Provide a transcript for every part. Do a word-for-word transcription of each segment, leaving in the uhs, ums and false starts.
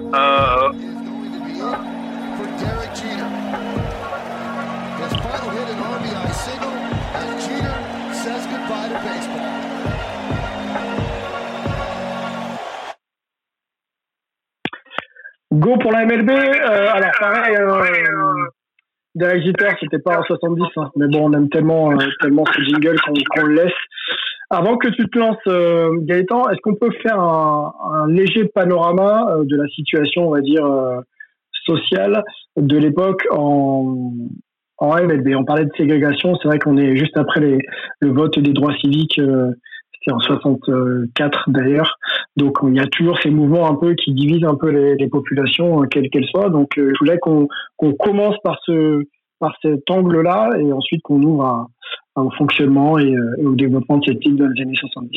Euh... Go pour la M L B. Euh, alors pareil, euh, Derek Jeter, c'était pas en soixante-dix, hein, mais bon, on aime tellement, euh, tellement ce jingle qu'on, qu'on le laisse. Avant que tu te lances, euh, Gaëtan, est-ce qu'on peut faire un, un léger panorama euh, de la situation, on va dire, euh, sociale de l'époque en, en M L B? On parlait de ségrégation, c'est vrai qu'on est juste après les, le vote des droits civiques, euh, c'était en soixante-quatre d'ailleurs, donc il y a toujours ces mouvements un peu qui divisent un peu les, les populations, euh, quelles qu'elles soient. Donc euh, je voulais qu'on, qu'on commence par ce par cet angle-là et ensuite qu'on ouvre à, à, au fonctionnement et, euh, et au développement de cette ligue dans les années soixante-dix.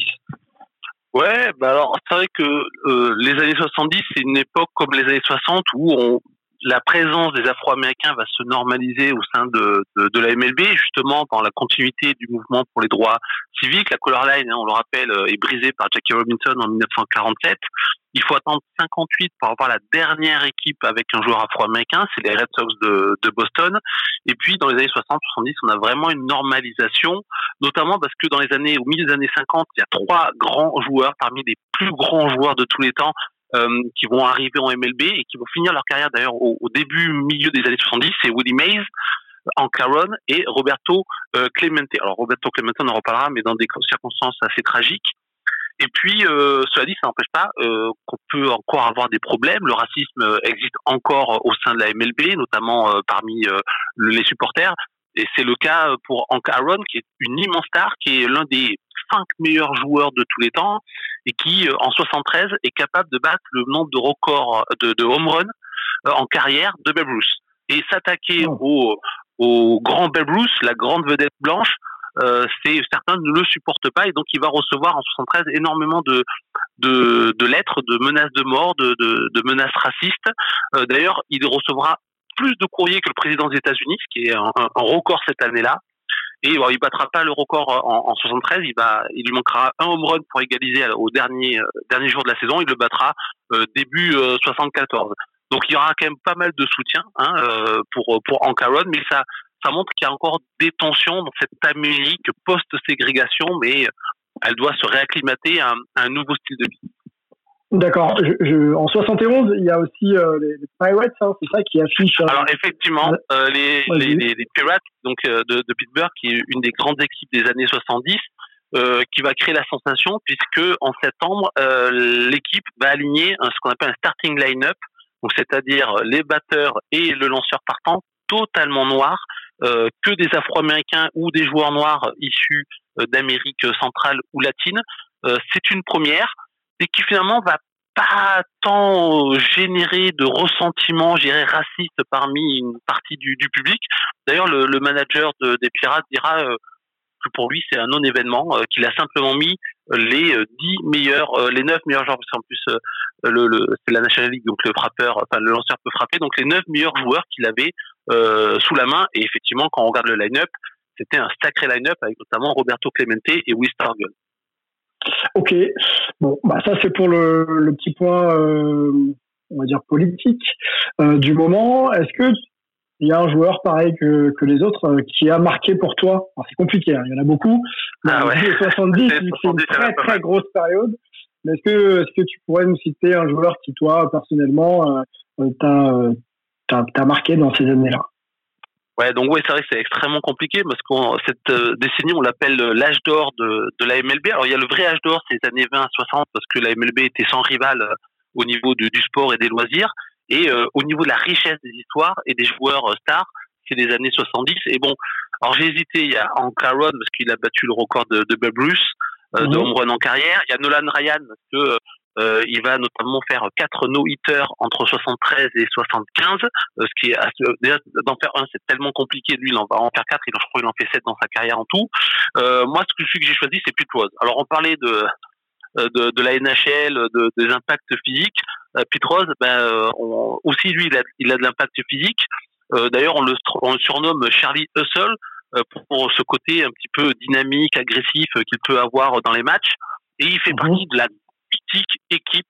Ouais, bah alors c'est vrai que euh, les années soixante-dix, c'est une époque comme les années soixante où on, la présence des Afro-Américains va se normaliser au sein de, de, de la M L B, justement dans la continuité du mouvement pour les droits civiques. La Color Line, hein, on le rappelle, est brisée par Jackie Robinson en dix-neuf cent quarante-sept. Il faut attendre cinquante-huit pour avoir la dernière équipe avec un joueur afro-américain, c'est les Red Sox de, de Boston. Et puis dans les années soixante soixante-dix, on a vraiment une normalisation, notamment parce que dans les années, au milieu des années cinquante, il y a trois grands joueurs parmi les plus grands joueurs de tous les temps euh, qui vont arriver en M L B et qui vont finir leur carrière d'ailleurs au, au début, milieu des années soixante-dix. C'est Willie Mays, Hank Aaron et Roberto euh, Clemente. Alors Roberto Clemente, on en reparlera, mais dans des circonstances assez tragiques. Et puis, euh, cela dit, ça n'empêche pas euh, qu'on peut encore avoir des problèmes. Le racisme existe encore au sein de la M L B, notamment euh, parmi euh, les supporters. Et c'est le cas pour Hank Aaron, qui est une immense star, qui est l'un des cinq meilleurs joueurs de tous les temps, et qui, en soixante-treize, est capable de battre le nombre de records de, de home run euh, en carrière de Babe Ruth. Et s'attaquer oh. au, au grand Babe Ruth, la grande vedette blanche, Euh, c'est certains ne le supportent pas et donc il va recevoir en soixante-treize énormément de de, de lettres, de menaces de mort, de, de, de menaces racistes. Euh, d'ailleurs, il recevra plus de courriers que le président des États-Unis, ce qui est un, un, un record cette année-là. Et bon, il battra pas le record en, en soixante-treize. Il va, il lui manquera un home run pour égaliser au dernier euh, dernier jour de la saison. Il le battra euh, début euh, soixante-quatorze. Donc il y aura quand même pas mal de soutien hein, euh, pour pour Hank Aaron, mais ça ça montre qu'il y a encore des tensions dans cette Amérique post-ségrégation, mais elle doit se réacclimater à un, à un nouveau style de vie. D'accord. Je, je, en soixante et onze, il y a aussi euh, les, les Pirates, hein, c'est ça qui affiche. Euh... Alors effectivement, euh, les, les, les, les Pirates, donc euh, de, de Pittsburgh, qui est une des grandes équipes des années soixante-dix, euh, qui va créer la sensation puisque en septembre, euh, l'équipe va aligner un, ce qu'on appelle un starting line-up, donc c'est-à-dire les batteurs et le lanceur partant totalement noirs. Euh, que des Afro-Américains ou des joueurs noirs issus euh, d'Amérique centrale ou latine, euh, c'est une première et qui finalement va pas tant générer de ressentiment, je dirais, raciste parmi une partie du, du public. D'ailleurs, le, le manager de, des Pirates dira euh, que pour lui c'est un non-événement, euh, qu'il a simplement mis les dix meilleurs, euh, les neuf meilleurs joueurs, parce qu'en plus euh, le, le, c'est la National League, donc le frappeur, enfin le lanceur peut frapper, donc les neuf meilleurs joueurs qu'il avait euh, sous la main. Et effectivement, quand on regarde le line-up, c'était un sacré line-up avec notamment Roberto Clemente et Will Stargell. Ok, bon, bah ça c'est pour le, le petit point, euh, on va dire politique euh, du moment. Est-ce que il y a un joueur pareil que, que les autres euh, qui a marqué pour toi? Alors, c'est compliqué, hein, il y en a beaucoup. Ah ouais. Les soixante-dix, c'est, c'est une très très grosse période. Mais est-ce que, est-ce que tu pourrais nous citer un joueur qui, toi, personnellement, euh, t'a, t'a, t'a marqué dans ces années-là? Ouais, donc oui, c'est vrai que c'est extrêmement compliqué parce que cette euh, décennie, on l'appelle l'âge d'or de, de la M L B. Alors, il y a le vrai âge d'or, c'est les années vingt à soixante, parce que la M L B était sans rival euh, au niveau de, du sport et des loisirs. Et euh, au niveau de la richesse des histoires et des joueurs euh, stars, c'est les années soixante-dix. Et bon, alors j'ai hésité, il y a Hank Aaron, parce qu'il a battu le record de, de Babe Ruth, euh, mmh. de home run en carrière. Il y a Nolan Ryan, parce que euh, il va notamment faire quatre no-hitters entre soixante-treize et soixante-quinze, euh, ce qui est assez, déjà d'en faire un, c'est tellement compliqué. Lui, il en va en faire quatre, il, je crois qu'il en fait sept dans sa carrière en tout. Euh, moi, ce que, celui que j'ai choisi, c'est Pete Rose. Alors, on parlait de de, de la N H L, de, des impacts physiques. Euh, Pete Rose, ben, on, aussi lui, il a, il a de l'impact physique. Euh, d'ailleurs, on le, on le surnomme Charlie Hustle euh, pour, pour ce côté un petit peu dynamique, agressif euh, qu'il peut avoir dans les matchs. Et il fait mmh. partie de la mythique équipe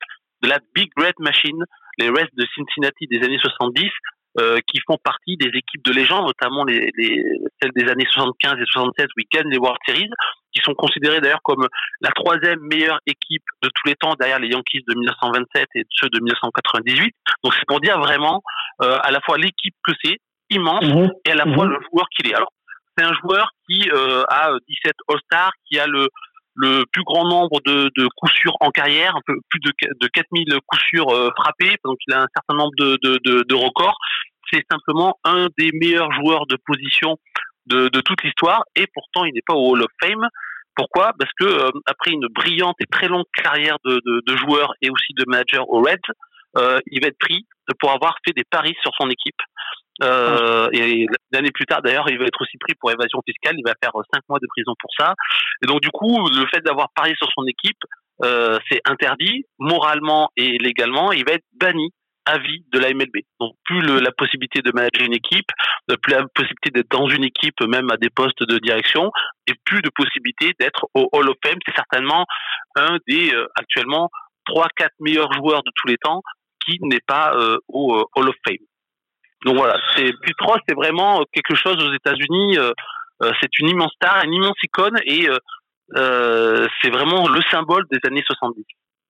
de la Big Red Machine, les Reds de Cincinnati des années soixante-dix, euh, qui font partie des équipes de légende, notamment les, les, celles des années soixante-quinze et soixante-seize où ils gagnent les World Series, qui sont considérées d'ailleurs comme la troisième meilleure équipe de tous les temps derrière les Yankees de mille neuf cent vingt-sept et ceux de mille neuf cent quatre-vingt-dix-huit. Donc c'est pour dire vraiment euh, à la fois l'équipe que c'est, immense, mmh. et à la mmh. fois le joueur qu'il est. Alors c'est un joueur qui euh, a dix-sept All-Stars, qui a le le plus grand nombre de, de coups sûrs en carrière, un peu plus de, de quatre mille coups sûrs euh, frappés, donc il a un certain nombre de, de, de, de records. C'est simplement un des meilleurs joueurs de position de, de toute l'histoire, et pourtant il n'est pas au Hall of Fame. Pourquoi ? Parce que euh, après une brillante et très longue carrière de, de, de joueur et aussi de manager aux Reds, euh, il va être pris pour avoir fait des paris sur son équipe. Euh, et l'année plus tard, d'ailleurs, il va être aussi pris pour évasion fiscale. Il va faire cinq mois de prison pour ça. Et donc, du coup, le fait d'avoir parié sur son équipe, euh, c'est interdit moralement et légalement. Il va être banni à vie de la M L B. Donc, plus le, la possibilité de manager une équipe, plus la possibilité d'être dans une équipe, même à des postes de direction, et plus de possibilité d'être au Hall of Fame. C'est certainement un des euh, actuellement trois, quatre meilleurs joueurs de tous les temps qui n'est pas euh, au euh, Hall of Fame. Donc voilà, c'est Pete Rose, c'est vraiment quelque chose aux États-Unis. Euh, euh, c'est une immense star, une immense icône, et euh, euh, c'est vraiment le symbole des années soixante-dix.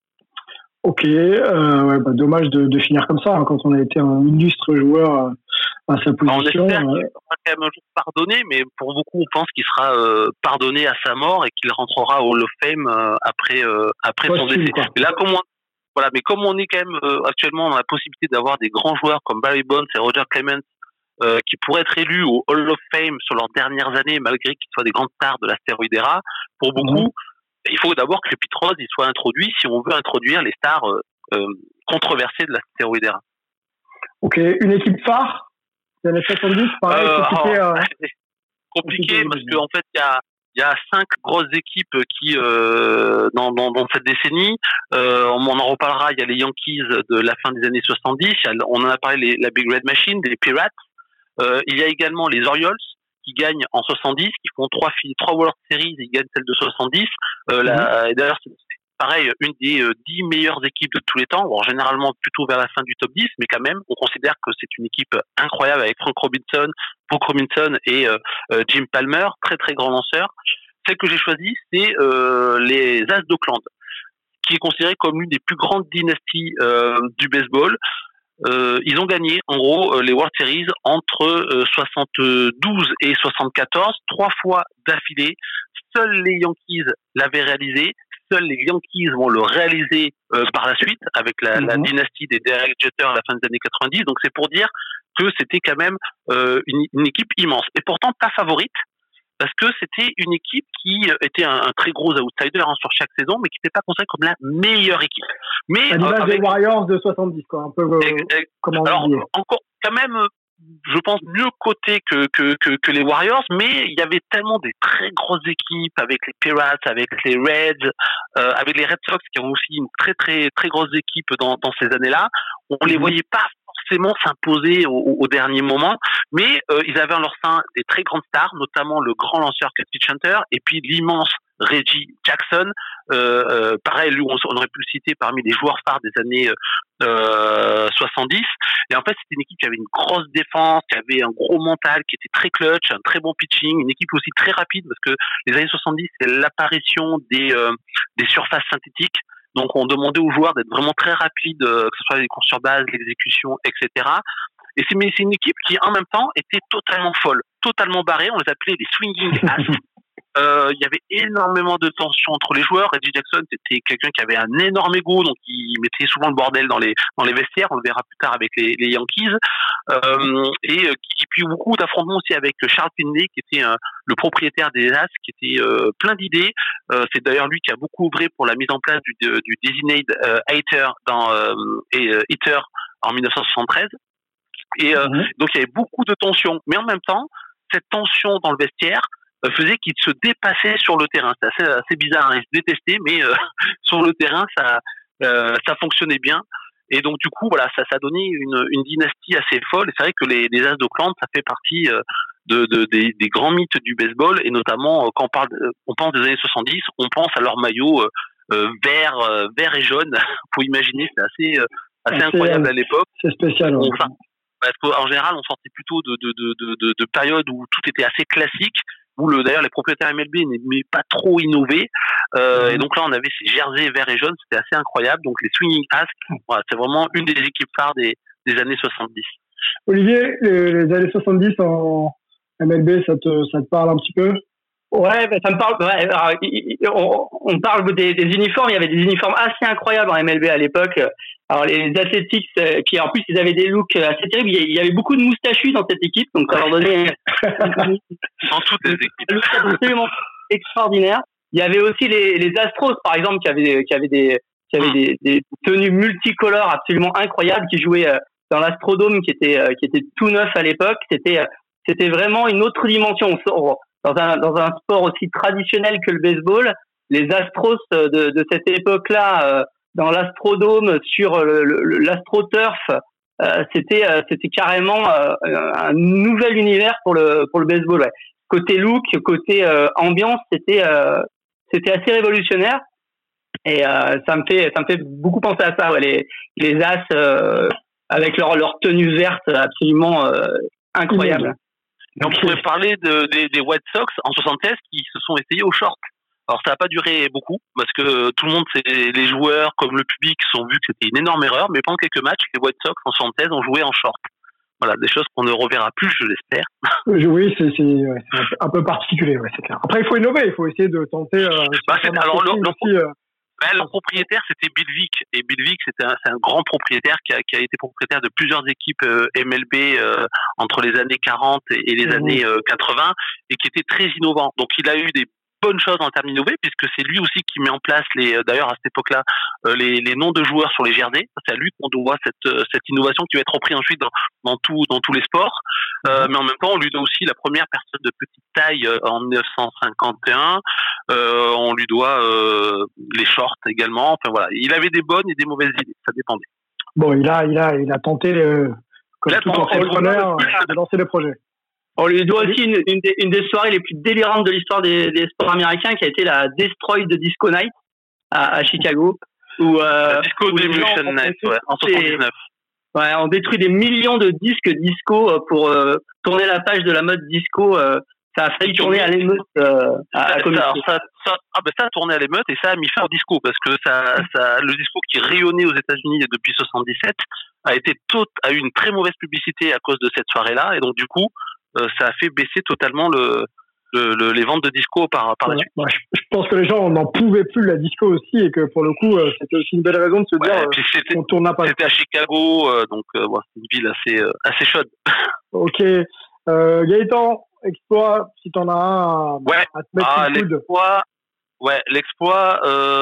Ok, euh, ouais, bah, dommage de, de finir comme ça, hein, quand on a été un illustre joueur à sa position. On espère qu'il sera quand même un jour pardonné, mais pour beaucoup, on pense qu'il sera euh, pardonné à sa mort et qu'il rentrera au Hall of Fame euh, après euh, après Possible, son décès. Quoi. Et là, comme on Voilà, mais comme on est quand même euh, actuellement dans la possibilité d'avoir des grands joueurs comme Barry Bonds et Roger Clemens euh, qui pourraient être élus au Hall of Fame sur leurs dernières années, malgré qu'ils soient des grandes stars de la stéroïde era, pour beaucoup, mmh. il faut d'abord que Pete Rose il soit introduit si on veut introduire les stars euh, euh, controversées de la stéroïde era. Ok, une équipe phare des années soixante-dix, pareil, euh, compliqué, oh, euh, c'est compliqué parce qu'en en fait, il y a Il y a cinq grosses équipes qui euh, dans, dans, dans cette décennie. Euh, on en reparlera. Il y a les Yankees de la fin des années soixante-dix. Il y a, on en a parlé les, la Big Red Machine, les Pirates. Euh, il y a également les Orioles qui gagnent en soixante-dix, qui font trois trois World Series et ils gagnent celle de soixante-dix. Euh, mmh. la, et d'ailleurs, c'est pareil, une des euh, dix meilleures équipes de tous les temps. Bon, généralement plutôt vers la fin du top dix, mais quand même, on considère que c'est une équipe incroyable avec Frank Robinson, Brooke Robinson et euh, euh, Jim Palmer, très très grand lanceur. Celle que j'ai choisie, c'est euh, les As d'Oakland, qui est considérée comme l'une des plus grandes dynasties euh, du baseball. Euh, ils ont gagné, en gros, euh, les World Series entre euh, soixante-douze et soixante-quatorze, trois fois d'affilée. Seuls les Yankees l'avaient réalisé. Seuls les Yankees vont le réaliser euh, par la suite avec la, mm-hmm. la dynastie des Derek Jeter à la fin des années quatre-vingt-dix. Donc c'est pour dire que c'était quand même euh, une, une équipe immense. Et pourtant pas favorite, parce que c'était une équipe qui était un, un très gros outsider hein, sur chaque saison, mais qui n'était pas considérée comme la meilleure équipe. Mais à l'image euh, avec... des Warriors de soixante-dix, quoi, un peu euh, et, et, comment on alors, encore quand même, je pense mieux coté que, que que que les Warriors, mais il y avait tellement des très grosses équipes avec les Pirates, avec les Reds, euh, avec les Red Sox qui ont aussi une très très très grosse équipe dans dans ces années-là. On mm-hmm. les voyait pas forcément s'imposer au, au dernier moment, mais euh, ils avaient en leur sein des très grandes stars, notamment le grand lanceur Casey Hunter et puis l'immense Reggie Jackson. Euh, euh, pareil, lui, on, on aurait pu le citer parmi les joueurs phares des années euh, soixante-dix. Et en fait, c'était une équipe qui avait une grosse défense, qui avait un gros mental, qui était très clutch, un très bon pitching, une équipe aussi très rapide, parce que les années soixante-dix, c'est l'apparition des, euh, des surfaces synthétiques. Donc, on demandait aux joueurs d'être vraiment très rapides, euh, que ce soit les courses sur base, l'exécution, et cetera. Et c'est, mais c'est une équipe qui, en même temps, était totalement folle, totalement barrée. On les appelait les swinging ass. Euh, il y avait énormément de tension entre les joueurs. Reggie Jackson, c'était quelqu'un qui avait un énorme ego, donc il mettait souvent le bordel dans les dans les vestiaires. On le verra plus tard avec les, les Yankees. Euh, et, et puis beaucoup d'affrontements aussi avec Charles Finley, qui était euh, le propriétaire des As, qui était euh, plein d'idées. Euh, c'est d'ailleurs lui qui a beaucoup œuvré pour la mise en place du, du designated euh, hitter dans euh, et euh, hitter en dix-neuf cent soixante-treize. Et euh, mmh. donc il y avait beaucoup de tensions, mais en même temps, cette tension dans le vestiaire faisait qu'ils se dépassaient sur le terrain. C'est assez, assez bizarre, hein. Ils se détestaient, mais euh, sur le terrain, ça, euh, ça fonctionnait bien. Et donc du coup, voilà, ça, ça donnait une, une dynastie assez folle. Et c'est vrai que les, les As d'Oakland, ça fait partie euh, de, de, des, des grands mythes du baseball. Et notamment, euh, quand on parle, de, on pense des années soixante-dix, on pense à leur maillot euh, euh, vert, euh, vert et jaune. Faut imaginer, c'est assez, euh, assez ah, incroyable à l'époque. C'est spécial. Ouais. Enfin, parce qu'en général, on sortait plutôt de, de, de, de, de, de périodes où tout était assez classique, où le, d'ailleurs les propriétaires M L B n'aimaient pas trop innover. Euh, mmh. Et donc là, on avait ces jerseys vert et jaune, c'était assez incroyable. Donc les Swinging Asks, voilà, c'est vraiment une des équipes phares des, des années soixante-dix. Olivier, les, les années soixante-dix en M L B, ça te, ça te parle un petit peu? Ouais, ben ça me parle. Ouais, alors, on, on parle des, des uniformes. Il y avait des uniformes assez incroyables en M L B à l'époque. Alors les Athletics, euh, qui en plus ils avaient des looks assez terribles. Il y avait beaucoup de moustachus dans cette équipe, donc ça leur donnait dans toutes les équipes. Un look absolument extraordinaire. Il y avait aussi les, les Astros, par exemple, qui avaient, qui avaient des, qui avaient des, des tenues multicolores absolument incroyables, qui jouaient euh, dans l'Astrodome, qui était, euh, qui était tout neuf à l'époque. C'était, euh, c'était vraiment une autre dimension. On, Dans un, dans un sport aussi traditionnel que le baseball, les Astros de, de cette époque-là, euh, dans l'Astrodome, sur le, le, l'AstroTurf, euh, c'était, euh, c'était carrément euh, un nouvel univers pour le, pour le baseball. Ouais. Côté look, côté euh, ambiance, c'était, euh, c'était assez révolutionnaire. Et euh, ça me fait, ça me fait beaucoup penser à ça. Ouais. Les, les As euh, avec leur, leur tenue verte absolument euh, incroyable. Et on pourrait parler de, des, des White Sox en soixante-seize qui se sont essayés au short. Alors ça n'a pas duré beaucoup parce que tout le monde, les joueurs comme le public, se sont vus que c'était une énorme erreur. Mais pendant quelques matchs, les White Sox en soixante-seize ont joué en short. Voilà, des choses qu'on ne reverra plus, je l'espère. Oui, c'est, c'est, ouais, c'est un peu particulier, ouais, c'est clair. Après, il faut innover, il faut essayer de tenter. Euh, bah, c'est, alors, le, le, aussi, euh... ben, le propriétaire, c'était Bill Vick. Et Bill Vick, c'était un, c'est un grand propriétaire qui a, qui a été propriétaire de plusieurs équipes euh, M L B euh, entre les années quarante et, et les mmh. années euh, quatre-vingts et qui était très innovant. Donc, il a eu des bonnes choses en termes d'innover puisque c'est lui aussi qui met en place les, d'ailleurs à cette époque-là, euh, les, les noms de joueurs sur les jerseys. C'est à lui qu'on doit cette, cette innovation qui va être reprise ensuite dans, dans, tout, dans tous les sports. Euh, mais en même temps, on lui doit aussi la première personne de petite taille euh, en dix-neuf cent cinquante et un. Euh, on lui doit euh, les shorts également. Enfin voilà, il avait des bonnes et des mauvaises idées, ça dépendait. Bon, il a, il a, il a tenté, euh, comme tout entrepreneur, de lancer le projet. On lui doit aussi une, une, des, une des soirées les plus délirantes de l'histoire des, des sports américains, qui a été la Destroy de Disco Night à, à Chicago, où euh, la Disco Demolition Night, ouais, en soixante-dix-neuf. Ouais, on détruit des millions de disques disco pour euh, tourner la page de la mode disco. Euh, ça a failli tourner à l'émeute. Euh, à, à ça, ça, ça, ah ben ça a tourné à l'émeute et ça a mis fin au disco parce que ça, ça, le disco qui rayonnait aux États-Unis depuis soixante-dix-sept a été tout, a eu une très mauvaise publicité à cause de cette soirée-là et donc du coup, euh, ça a fait baisser totalement le, le, le les ventes de disco par par ouais, la suite. Ouais, je, je pense que les gens n'en pouvaient plus de la disco aussi et que pour le coup, euh, c'était aussi une belle raison de se ouais, dire euh, qu'on tourne pas. C'était à Chicago, euh, donc euh, ouais, c'est une ville assez euh, assez chaude. Ok, euh, Gaëtan. Exploit, si t'en as un, ouais. à te mettre ah, sous le coude. L'exploit, ouais, l'exploit,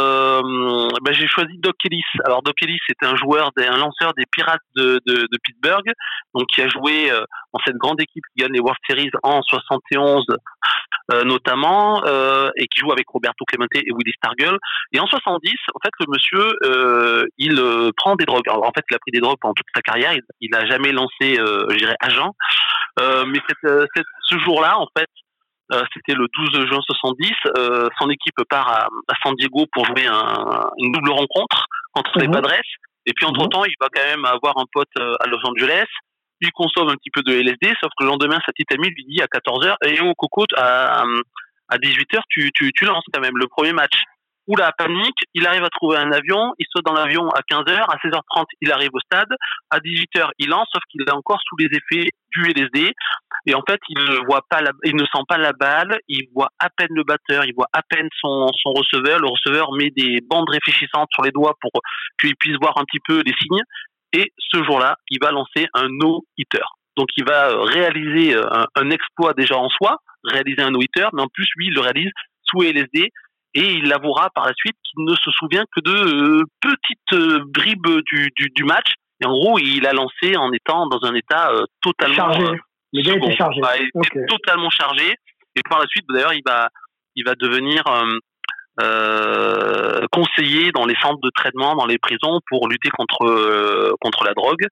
euh, ben j'ai choisi Doc Ellis. Alors Doc Ellis, c'était un joueur, des, un lanceur des Pirates de, de, de Pittsburgh, donc qui a joué euh, dans cette grande équipe qui gagne les World Series en soixante et onze, euh, notamment, euh, et qui joue avec Roberto Clemente et Willie Stargell. Et en soixante-dix, en fait, le monsieur, euh, il euh, prend des drogues. Alors, en fait, il a pris des drogues pendant toute sa carrière. Il, il a jamais lancé, euh, je dirais, agent. Euh, mais cette, cette, ce jour-là, en fait, euh, c'était le douze juin soixante-dix. Euh, son équipe part à, à San Diego pour jouer un, une double rencontre contre mmh. les Padres. Et puis entre-temps, mmh. il va quand même avoir un pote à Los Angeles. Il consomme un petit peu de L S D, sauf que le lendemain, sa petite amie lui dit à quatorze heures, et au coco, à, à dix-huit heures, tu, tu, tu lances quand même le premier match. Oula, panique, il arrive à trouver un avion, il saute dans l'avion à quinze heures, à seize heures trente, il arrive au stade, à dix-huit heures, il lance, sauf qu'il est encore sous les effets du L S D, et en fait, il ne voit pas la, il ne sent pas la balle, il voit à peine le batteur, il voit à peine son, son receveur, le receveur met des bandes réfléchissantes sur les doigts pour qu'il puisse voir un petit peu les signes, et ce jour-là, il va lancer un no-hitter. Donc, il va réaliser un, un exploit déjà en soi, réaliser un no-hitter, mais en plus, lui, il le réalise sous L S D, et il avouera par la suite qu'il ne se souvient que de euh, petites euh, bribes du, du, du match. Et en gros, il a lancé en étant dans un état euh, totalement chargé. Euh, Le gars était chargé. Bah, il était okay. totalement chargé. Et par la suite, d'ailleurs, il va, il va devenir euh, euh, conseiller dans les centres de traitement, dans les prisons pour lutter contre euh, contre la drogue.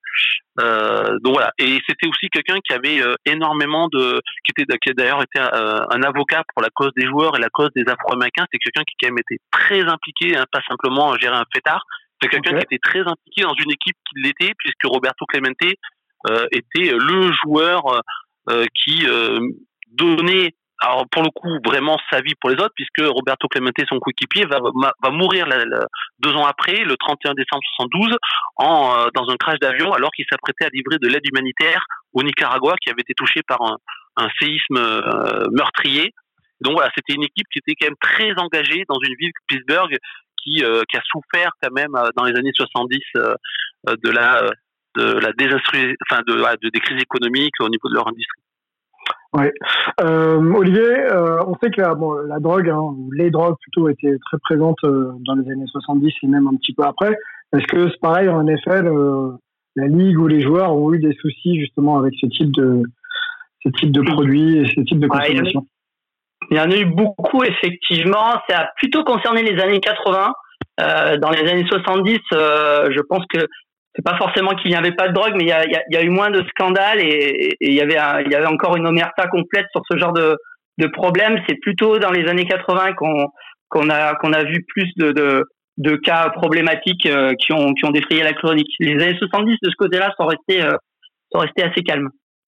Euh, donc voilà. Et c'était aussi quelqu'un qui avait euh, énormément de, qui était, qui a d'ailleurs été euh, un avocat pour la cause des joueurs et la cause des Afro-Américains. C'est quelqu'un qui quand même était très impliqué, hein, pas simplement gérer un fêtard. C'est quelqu'un okay. qui était très impliqué dans une équipe qui l'était, puisque Roberto Clemente euh, était le joueur euh, qui euh, donnait, alors pour le coup, vraiment sa vie pour les autres, puisque Roberto Clemente, son coéquipier, va, va, va mourir la, la, deux ans après, le trente et un décembre soixante-douze, en, euh, dans un crash d'avion, alors qu'il s'apprêtait à livrer de l'aide humanitaire au Nicaragua, qui avait été touché par un, un séisme euh, meurtrier. Donc voilà, c'était une équipe qui était quand même très engagée dans une ville, Pittsburgh, qui, euh, qui a souffert quand même euh, dans les années soixante-dix euh, de la de la désastreuse, enfin de, de des crises économiques au niveau de leur industrie. Oui. Euh, Olivier, euh, on sait que la, bon, la drogue, hein, ou les drogues plutôt, étaient très présentes euh, dans les années soixante-dix et même un petit peu après. Est-ce que c'est pareil, en effet, le, la ligue ou les joueurs ont eu des soucis justement avec ce type de ce type de produits et ce type de consommation? Ouais, il y en a eu beaucoup, effectivement. Ça a plutôt concerné les années quatre-vingts. Euh, dans les années soixante-dix, euh, je pense que c'est pas forcément qu'il n'y avait pas de drogue, mais il y a, il y a, il y a eu moins de scandales et, et, et il y avait un, il y avait encore une omerta complète sur ce genre de, de problème. C'est plutôt dans les années quatre-vingts qu'on, qu'on a, qu'on a vu plus de, de, de cas problématiques euh, qui ont, qui ont défrayé la chronique. Les années soixante-dix, de ce côté-là, sont restés, euh, sont restés assez calmes.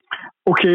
Ok.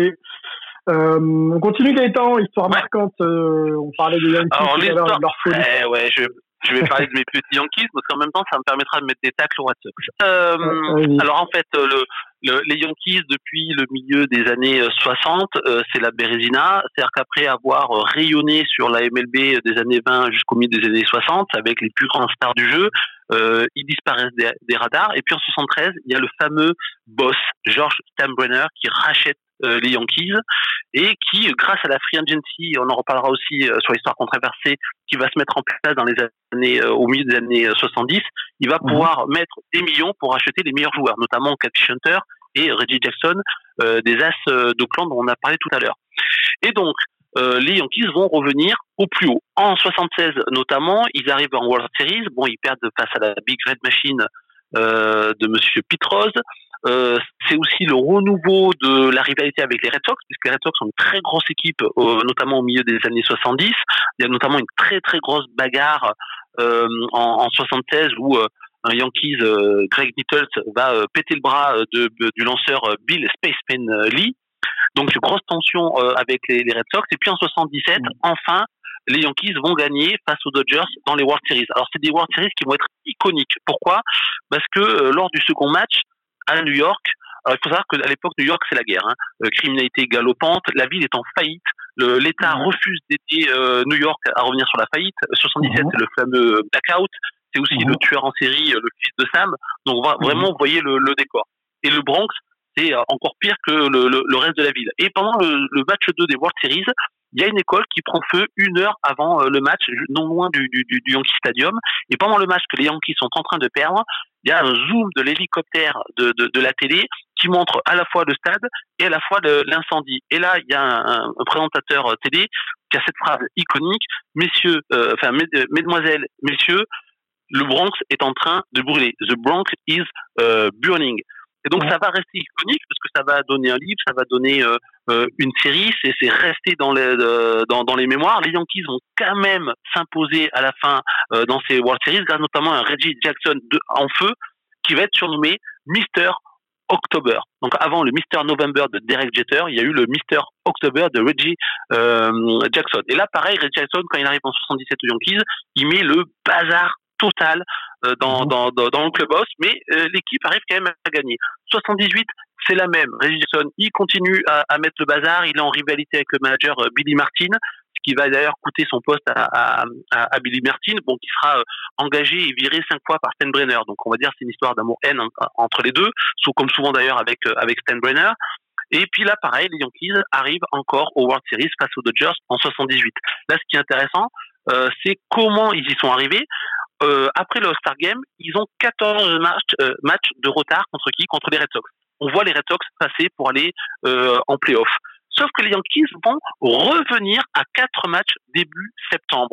Euh, on continue Gaëtan, histoire ouais. marquante. Euh, on parlait des Yankees Alors, tout à l'heure, de leur folie. Eh ouais, je, je vais parler de mes petits Yankees parce qu'en même temps, ça me permettra de mettre des tacles au Red Sox. Euh, ouais, alors en fait, le, le, les Yankees depuis le milieu des années soixante, euh, c'est la Bérésina. C'est-à-dire qu'après avoir rayonné sur la M L B des années vingt jusqu'au milieu des années soixante, avec les plus grandes stars du jeu, euh, ils disparaissent des, des radars. Et puis en soixante-treize, il y a le fameux boss George Steinbrenner qui rachète Euh, les Yankees et qui, grâce à la free agency, on en reparlera aussi euh, sur l'histoire controversée, qui va se mettre en place dans les années, euh, au milieu des années soixante-dix, il va mmh. pouvoir mettre des millions pour acheter les meilleurs joueurs, notamment Cathy Shunter et Reggie Jackson, euh, des As euh, d'Oakland dont on a parlé tout à l'heure. Et donc, euh, les Yankees vont revenir au plus haut. En soixante-seize notamment, ils arrivent en World Series. Bon, ils perdent face à la Big Red Machine euh, de Monsieur Pete Rose. Euh, c'est aussi le renouveau de la rivalité avec les Red Sox, puisque les Red Sox sont une très grosse équipe, euh, notamment au milieu des années soixante-dix. Il y a notamment une très très grosse bagarre euh, en, en soixante-seize où euh, un Yankees, euh, Greg Nettles, va euh, péter le bras de, de, du lanceur Bill Spaceman Lee. Donc grosse tension euh, avec les, les Red Sox. Et puis en soixante-dix-sept, mmh. enfin, les Yankees vont gagner face aux Dodgers dans les World Series. Alors c'est des World Series qui vont être iconiques. Pourquoi ? Parce que euh, lors du second match, à New York, alors il faut savoir qu'à l'époque, New York, c'est la guerre. Hein. Euh, criminalité galopante, la ville est en faillite, le, l'État mmh. refuse d'aider euh, New York à revenir sur la faillite. soixante-dix-sept, mmh. c'est le fameux blackout, c'est aussi mmh. le tueur en série, le fils de Sam. Donc vraiment, vous voyez le, le décor. Et le Bronx, c'est encore pire que le, le, le reste de la ville. Et pendant le, le match deux des World Series, il y a une école qui prend feu une heure avant le match, non loin du, du, du Yankee Stadium. Et pendant le match que les Yankees sont en train de perdre, il y a un zoom de l'hélicoptère de, de, de la télé qui montre à la fois le stade et à la fois le, l'incendie. Et là, il y a un, un présentateur télé qui a cette phrase iconique: messieurs, euh, enfin, mesdemoiselles, messieurs, le Bronx est en train de brûler. The Bronx is uh, burning. Et donc, ouais. ça va rester iconique parce que ça va donner un livre, ça va donner euh, euh, une série, c'est, c'est resté dans les, euh, dans, dans les mémoires. Les Yankees vont quand même s'imposer à la fin euh, dans ces World Series, grâce notamment à Reggie Jackson de, en feu, qui va être surnommé mister October. Donc, avant le mister November de Derek Jeter, il y a eu le mister October de Reggie euh, Jackson. Et là, pareil, Reggie Jackson, quand il arrive en soixante-dix-sept aux Yankees, il met le bazar total euh, dans, mmh. dans, dans, dans le clubhouse, mais euh, l'équipe arrive quand même à gagner. soixante-dix-huit, c'est la même. Reggie Jackson, il continue à, à mettre le bazar, il est en rivalité avec le manager euh, Billy Martin, ce qui va d'ailleurs coûter son poste à, à, à, à Billy Martin, bon, qui sera euh, engagé et viré cinq fois par Steinbrenner. Donc on va dire que c'est une histoire d'amour-haine en, entre les deux, comme souvent d'ailleurs avec, euh, avec Steinbrenner. Et puis là, pareil, les Yankees arrivent encore aux World Series face aux Dodgers en soixante-dix-huit. Là, ce qui est intéressant, euh, c'est comment ils y sont arrivés. Euh, après le All-Star Game, ils ont quatorze matchs, euh, matchs de retard contre qui ? Contre les Red Sox. On voit les Red Sox passer pour aller euh, en play-off. Sauf que les Yankees vont revenir à quatre matchs début septembre.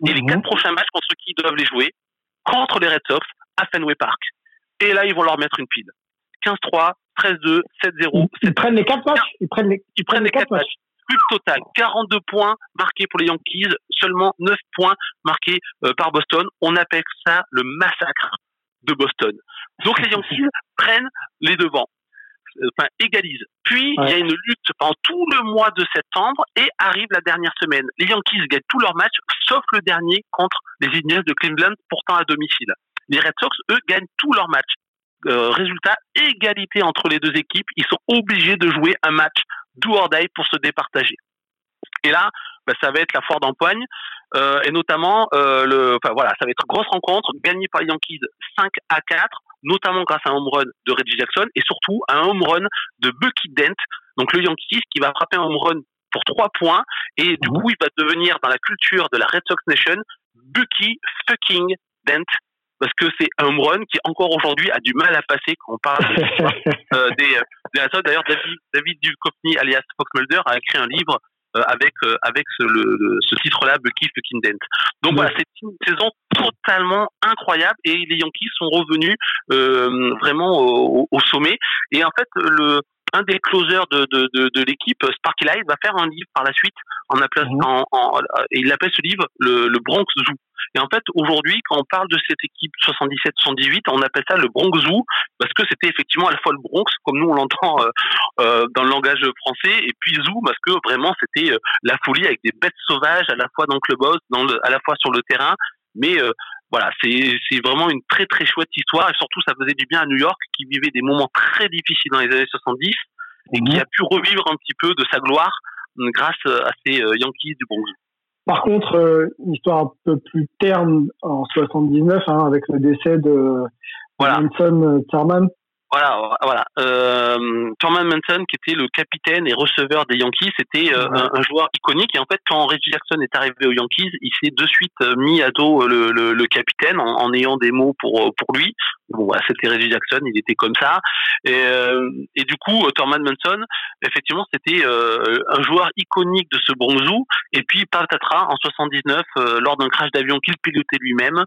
Et les quatre prochains matchs contre qui ils doivent les jouer, contre les Red Sox, à Fenway Park. Et là, ils vont leur mettre une pile. quinze trois, treize deux, sept zéro. Ils, ils prennent les quatre matchs. Ils prennent les, ils prennent les quatre matchs. matchs. Plus total, quarante-deux points marqués pour les Yankees, seulement neuf points marqués euh, par Boston. On appelle ça le massacre de Boston. Donc les Yankees prennent les devants, enfin égalisent. Puis ouais. il y a une lutte pendant tout le mois de septembre et arrive la dernière semaine. Les Yankees gagnent tous leurs matchs, sauf le dernier contre les Indians de Cleveland, pourtant à domicile. Les Red Sox, eux, gagnent tous leurs matchs. Euh, résultat, égalité entre les deux équipes. Ils sont obligés de jouer un match do or die pour se départager. Et là, bah, ça va être la foire d'empoigne, euh, et notamment, euh, le, enfin voilà, ça va être une grosse rencontre, gagnée par les Yankees cinq à quatre, notamment grâce à un home run de Reggie Jackson, et surtout à un home run de Bucky Dent, donc le Yankees qui va frapper un home run pour trois points, et du coup, il va devenir dans la culture de la Red Sox Nation, Bucky fucking Dent, parce que c'est un home run qui encore aujourd'hui a du mal à passer quand on parle de euh, des, des Red Sox. D'ailleurs, David, David Duchovny, alias Fox Mulder, a écrit un livre euh, avec euh, avec ce, le, le, ce titre-là, Bucky fucking Dent. Donc ouais. Voilà, c'est une saison totalement incroyable et les Yankees sont revenus euh, vraiment au, au sommet. Et en fait, le un des closers de, de, de, de l'équipe, Sparky Light, va faire un livre par la suite en appelle, mmh. en, en, et il appelle ce livre le, le Bronx Zoo. Et en fait, aujourd'hui, quand on parle de cette équipe soixante-dix-sept soixante-dix-huit, on appelle ça le Bronx Zoo parce que c'était effectivement à la fois le Bronx, comme nous on l'entend euh, euh, dans le langage français, et puis Zoo parce que vraiment c'était euh, la folie avec des bêtes sauvages à la fois dans le clubhouse, dans le, à la fois sur le terrain, mais euh, voilà, c'est, c'est vraiment une très très chouette histoire et surtout ça faisait du bien à New York qui vivait des moments très difficiles dans les années soixante-dix et mmh. qui a pu revivre un petit peu de sa gloire grâce à ces euh, Yankees du Bronx. Par contre, euh, une histoire un peu plus terne en soixante-dix-neuf hein, avec le décès de voilà. Manson Thurman. Voilà, voilà. Euh, Thurman Munson, qui était le capitaine et receveur des Yankees, c'était euh, ouais. un, un joueur iconique. Et en fait, quand Reggie Jackson est arrivé aux Yankees, il s'est de suite mis à dos le, le, le capitaine en, en ayant des mots pour pour lui. Bon, voilà, c'était Reggie Jackson, il était comme ça. Et, euh, et du coup, Thurman Munson, effectivement, c'était euh, un joueur iconique de ce Bronx Zoo. Et puis, patatras, en soixante-dix-neuf, euh, lors d'un crash d'avion qu'il pilotait lui-même,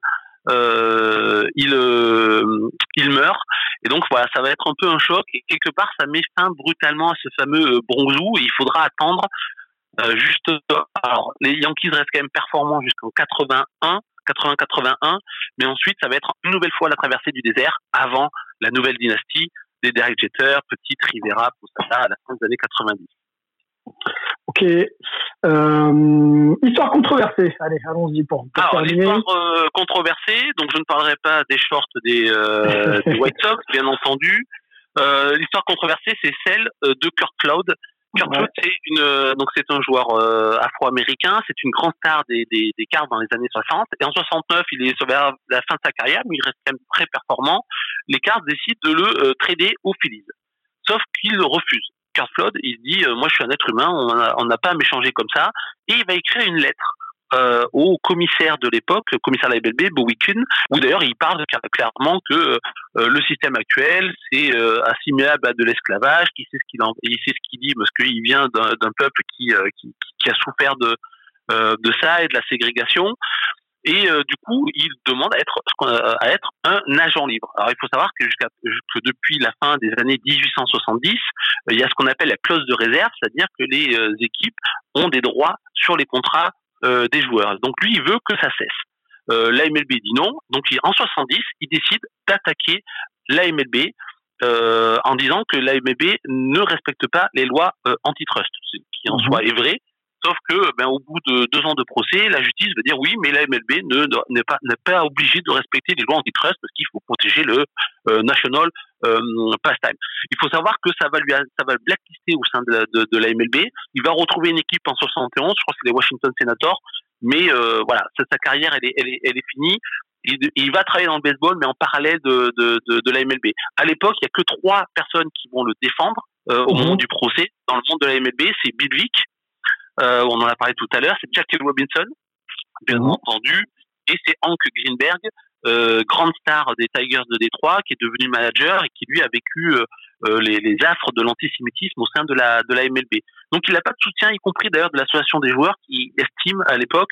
Euh, il euh, il meurt et donc voilà, ça va être un peu un choc et quelque part ça met fin brutalement à ce fameux euh, Bronx Zoo et il faudra attendre euh, juste alors les Yankees restent quand même performants jusqu'en quatre-vingt-un quatre-vingts quatre-vingt-un mais ensuite ça va être une nouvelle fois la traversée du désert avant la nouvelle dynastie des Derek Jeter, Petite, Rivera, Posada à la fin des années quatre-vingt-dix. Ok. Euh, histoire controversée. Allez, allons-y pour, pour Alors, terminer. L'histoire euh, controversée, donc je ne parlerai pas des shorts des, euh, des White Sox, bien entendu. Euh, l'histoire controversée, c'est celle de Kurt Flood. Kurt ouais. Flood, c'est une, donc c'est un joueur euh, afro-américain, c'est une grande star des, des, des Cards dans les années soixante. Et en soixante-neuf, il est sur la fin de sa carrière, mais il reste quand même très performant. Les Cards décident de le euh, trader aux Phillies. Sauf qu'il le refuse. Kurt Flood, il se dit, euh, moi je suis un être humain, on n'a pas à m'échanger comme ça, et il va écrire une lettre euh, au commissaire de l'époque, le commissaire de la M L B, Bowie Kuhn, où d'ailleurs il parle clairement que euh, le système actuel c'est euh, assimilable à de l'esclavage, qu'il sait ce qu'il en, il sait ce qu'il dit parce qu'il vient d'un, d'un peuple qui, euh, qui qui a souffert de euh, de ça et de la ségrégation. Et euh, du coup, il demande à être à être un agent libre. Alors, il faut savoir que jusqu'à que depuis la fin des années dix-huit cent soixante-dix, euh, il y a ce qu'on appelle la clause de réserve, c'est-à-dire que les euh, équipes ont des droits sur les contrats euh, des joueurs. Donc, lui, il veut que ça cesse. Euh, la M L B dit non. Donc, en soixante-dix, il décide d'attaquer la M L B euh, en disant que la M L B ne respecte pas les lois euh, antitrust, ce qui en mmh. soi est vrai. Sauf que, ben, au bout de deux ans de procès, la justice va dire oui, mais la M L B ne, n'est pas, n'est pas obligée de respecter les lois antitrust parce qu'il faut protéger le euh, national euh, pastime. Il faut savoir que ça va lui, ça va le blacklister au sein de la, de, de la M L B. Il va retrouver une équipe en soixante et onze, je crois que c'est les Washington Senators, mais euh, voilà, sa, sa carrière, elle est, elle est, elle est finie. Il, il va travailler dans le baseball, mais en parallèle de, de, de, de la M L B. À l'époque, il y a que trois personnes qui vont le défendre euh, au mmh. moment du procès. Dans le monde de la M L B, c'est Bill Vick. Euh, on en a parlé tout à l'heure, c'est Jackie Robinson, bien mmh. entendu, et c'est Hank Greenberg, euh, grande star des Tigers de Détroit, qui est devenu manager et qui lui a vécu euh, les, les affres de l'antisémitisme au sein de la de la M L B. Donc il n'a pas de soutien, y compris d'ailleurs de l'association des joueurs, qui estime à l'époque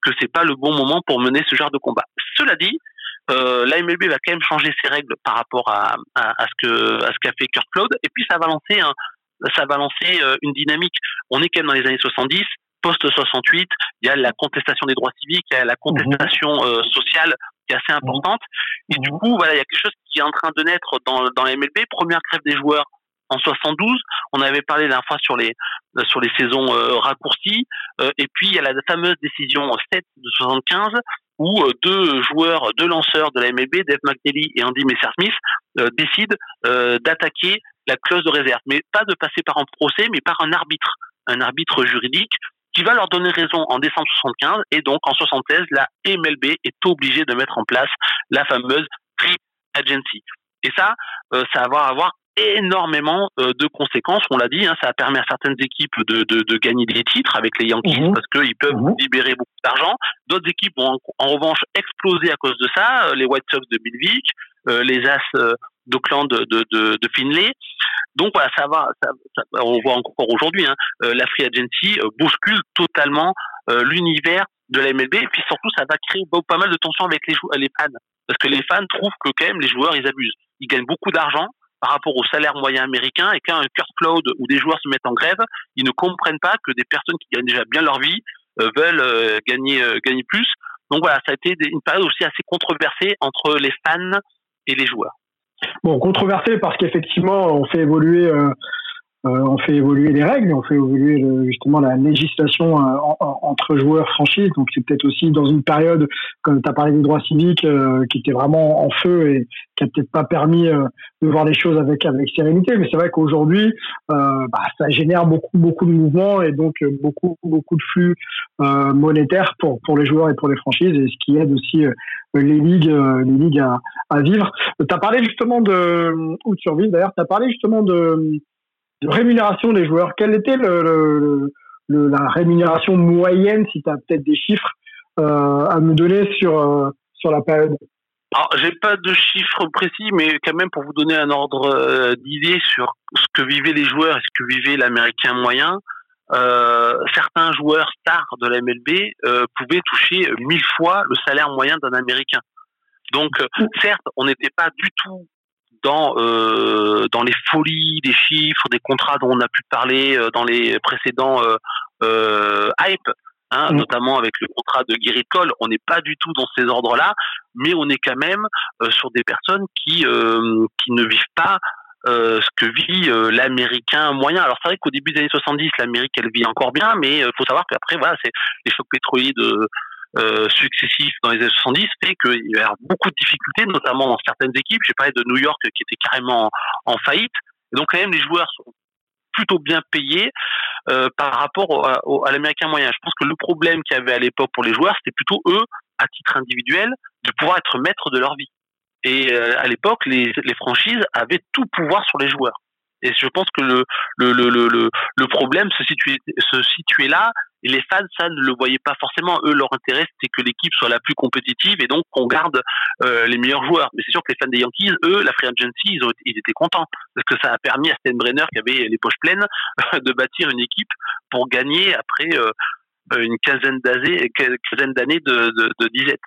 que c'est pas le bon moment pour mener ce genre de combat. Cela dit, euh, la M L B va quand même changer ses règles par rapport à, à, à ce que à ce qu'a fait Curt Flood, et puis ça va lancer un, ça va lancer une dynamique. On est quand même dans les années soixante-dix, post soixante-huit, il y a la contestation des droits civiques, il y a la contestation euh, sociale qui est assez importante, et du coup voilà, il y a quelque chose qui est en train de naître dans dans la M L B. Première grève des joueurs en soixante-douze, on avait parlé la dernière fois sur les euh, sur les saisons euh, raccourcies, euh, et puis il y a la fameuse décision sept de soixante-quinze où euh, deux joueurs, deux lanceurs de la M L B, Dave McNally et Andy Messersmith, euh, décident euh, d'attaquer la clause de réserve, mais pas de passer par un procès, mais par un arbitre, un arbitre juridique qui va leur donner raison en décembre soixante-quinze, et donc en soixante-seize, la M L B est obligée de mettre en place la fameuse free agency. Et ça, euh, ça va avoir énormément euh, de conséquences. On l'a dit, hein, ça a permis à certaines équipes de, de, de gagner des titres avec les Yankees, mmh. parce qu'ils peuvent mmh. libérer beaucoup d'argent. D'autres équipes ont en, en revanche explosé à cause de ça. Les White Sox de Bill Vick, euh, les As euh, d'Oakland de, de, de, de Finlay. Donc voilà, ça va. Ça, ça, on voit encore aujourd'hui, hein, euh, la free agency euh, bouscule totalement euh, l'univers de la M L B, et puis surtout ça va créer pas mal de tensions avec les, jou- les fans, parce que les fans trouvent que quand même les joueurs ils abusent. Ils gagnent beaucoup d'argent par rapport au salaire moyen américain, et quand un Curt Flood ou des joueurs se mettent en grève, ils ne comprennent pas que des personnes qui gagnent déjà bien leur vie euh, veulent euh, gagner euh, gagner plus. Donc voilà, ça a été une période aussi assez controversée entre les fans et les joueurs. Bon, controversé parce qu'effectivement, on fait évoluer, euh, euh, on fait évoluer les règles, on fait évoluer le, justement la législation euh, en, en, entre joueurs franchises. Donc c'est peut-être aussi dans une période, comme tu as parlé des droits civiques, euh, qui était vraiment en feu et qui a peut-être pas permis euh, de voir les choses avec avec sérénité. Mais c'est vrai qu'aujourd'hui, euh, bah, ça génère beaucoup beaucoup de mouvements et donc beaucoup beaucoup de flux euh, monétaires pour pour les joueurs et pour les franchises, et ce qui aide aussi euh, les ligues euh, les ligues à, à vivre. Tu as parlé justement de ou de survie d'ailleurs. Tu as parlé justement de de rémunération des joueurs. Quelle était le, le, le, la rémunération moyenne, si tu as peut-être des chiffres euh, à nous donner sur, euh, sur la période? Alors, j'ai pas de chiffres précis, mais quand même pour vous donner un ordre euh, d'idée sur ce que vivaient les joueurs et ce que vivait l'Américain moyen, euh, certains joueurs stars de la M L B euh, pouvaient toucher mille fois le salaire moyen d'un Américain. Donc, euh, certes, on n'était pas du tout dans euh, dans les folies des chiffres, des contrats dont on a pu parler euh, dans les précédents euh, euh, hype, hein, mmh. notamment avec le contrat de Gerrit Cole. On n'est pas du tout dans ces ordres-là, mais on est quand même euh, sur des personnes qui euh, qui ne vivent pas euh, ce que vit euh, l'Américain moyen. Alors c'est vrai qu'au début des années soixante-dix, l'Amérique elle vit encore bien, mais il euh, faut savoir qu'après voilà, c'est les chocs pétroliers de Euh, successifs dans les années soixante-dix fait qu'il y a beaucoup de difficultés, notamment dans certaines équipes. J'ai parlé de New York qui était carrément en, en faillite. Et donc quand même les joueurs sont plutôt bien payés euh, par rapport au, à, au, à l'Américain moyen. Je pense que le problème qu'il y avait à l'époque pour les joueurs, c'était plutôt eux, à titre individuel, de pouvoir être maîtres de leur vie. Et euh, à l'époque, les, les franchises avaient tout pouvoir sur les joueurs. Et je pense que le le le le le problème se situait se situait là, et les fans ça ne le voyaient pas forcément. Eux, leur intérêt c'était que l'équipe soit la plus compétitive et donc qu'on garde euh, les meilleurs joueurs. Mais c'est sûr que les fans des Yankees, eux, la free agency, ils ont ils étaient contents parce que ça a permis à Steinbrenner, qui avait les poches pleines, de bâtir une équipe pour gagner après euh, une quinzaine d'années quinzaine d'années de de, de disette.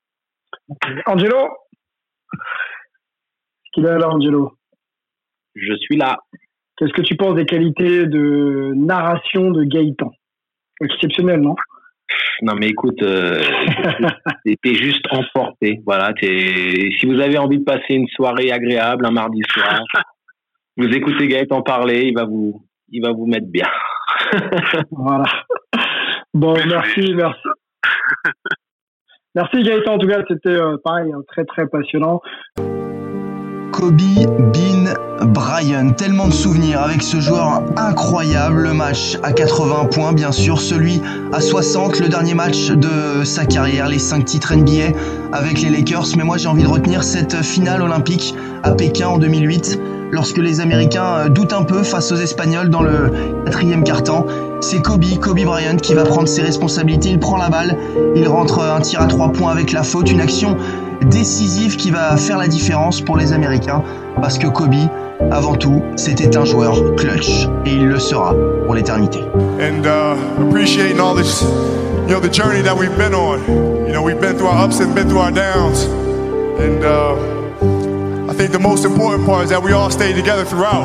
Angelo, est-ce qu'il est là, Angelo? Je suis là. Qu'est-ce que tu penses des qualités de narration de Gaëtan? Exceptionnel, non? Non, mais écoute, euh, t'es juste emporté. Voilà, t'es... si vous avez envie de passer une soirée agréable, un mardi soir, vous écoutez Gaëtan parler, il va vous, il va vous mettre bien. Voilà. Bon, merci, merci. Merci Gaëtan, en tout cas, c'était euh, pareil, très très passionnant. Kobe Bean Bryant, tellement de souvenirs avec ce joueur incroyable. Le match à quatre-vingts points, bien sûr, celui à soixante, le dernier match de sa carrière, les cinq titres N B A avec les Lakers. Mais moi j'ai envie de retenir cette finale olympique à Pékin en deux mille huit, lorsque les Américains doutent un peu face aux Espagnols dans le quatrième quart-temps. C'est Kobe, Kobe Bryant qui va prendre ses responsabilités, il prend la balle, il rentre un tir à trois points avec la faute, une action décisive qui va faire la différence pour les Américains, parce que Kobe, avant tout, c'était un joueur clutch, et il le sera pour l'éternité. And uh, appreciating all this, you know, the journey that we've been on. You know, we've been through our ups and been through our downs. And uh, I think the most important part is that we all stayed together throughout.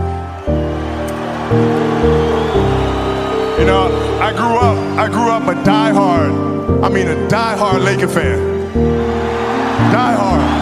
You know, I grew up, I grew up a diehard, I mean a diehard Laker fan. Die hard.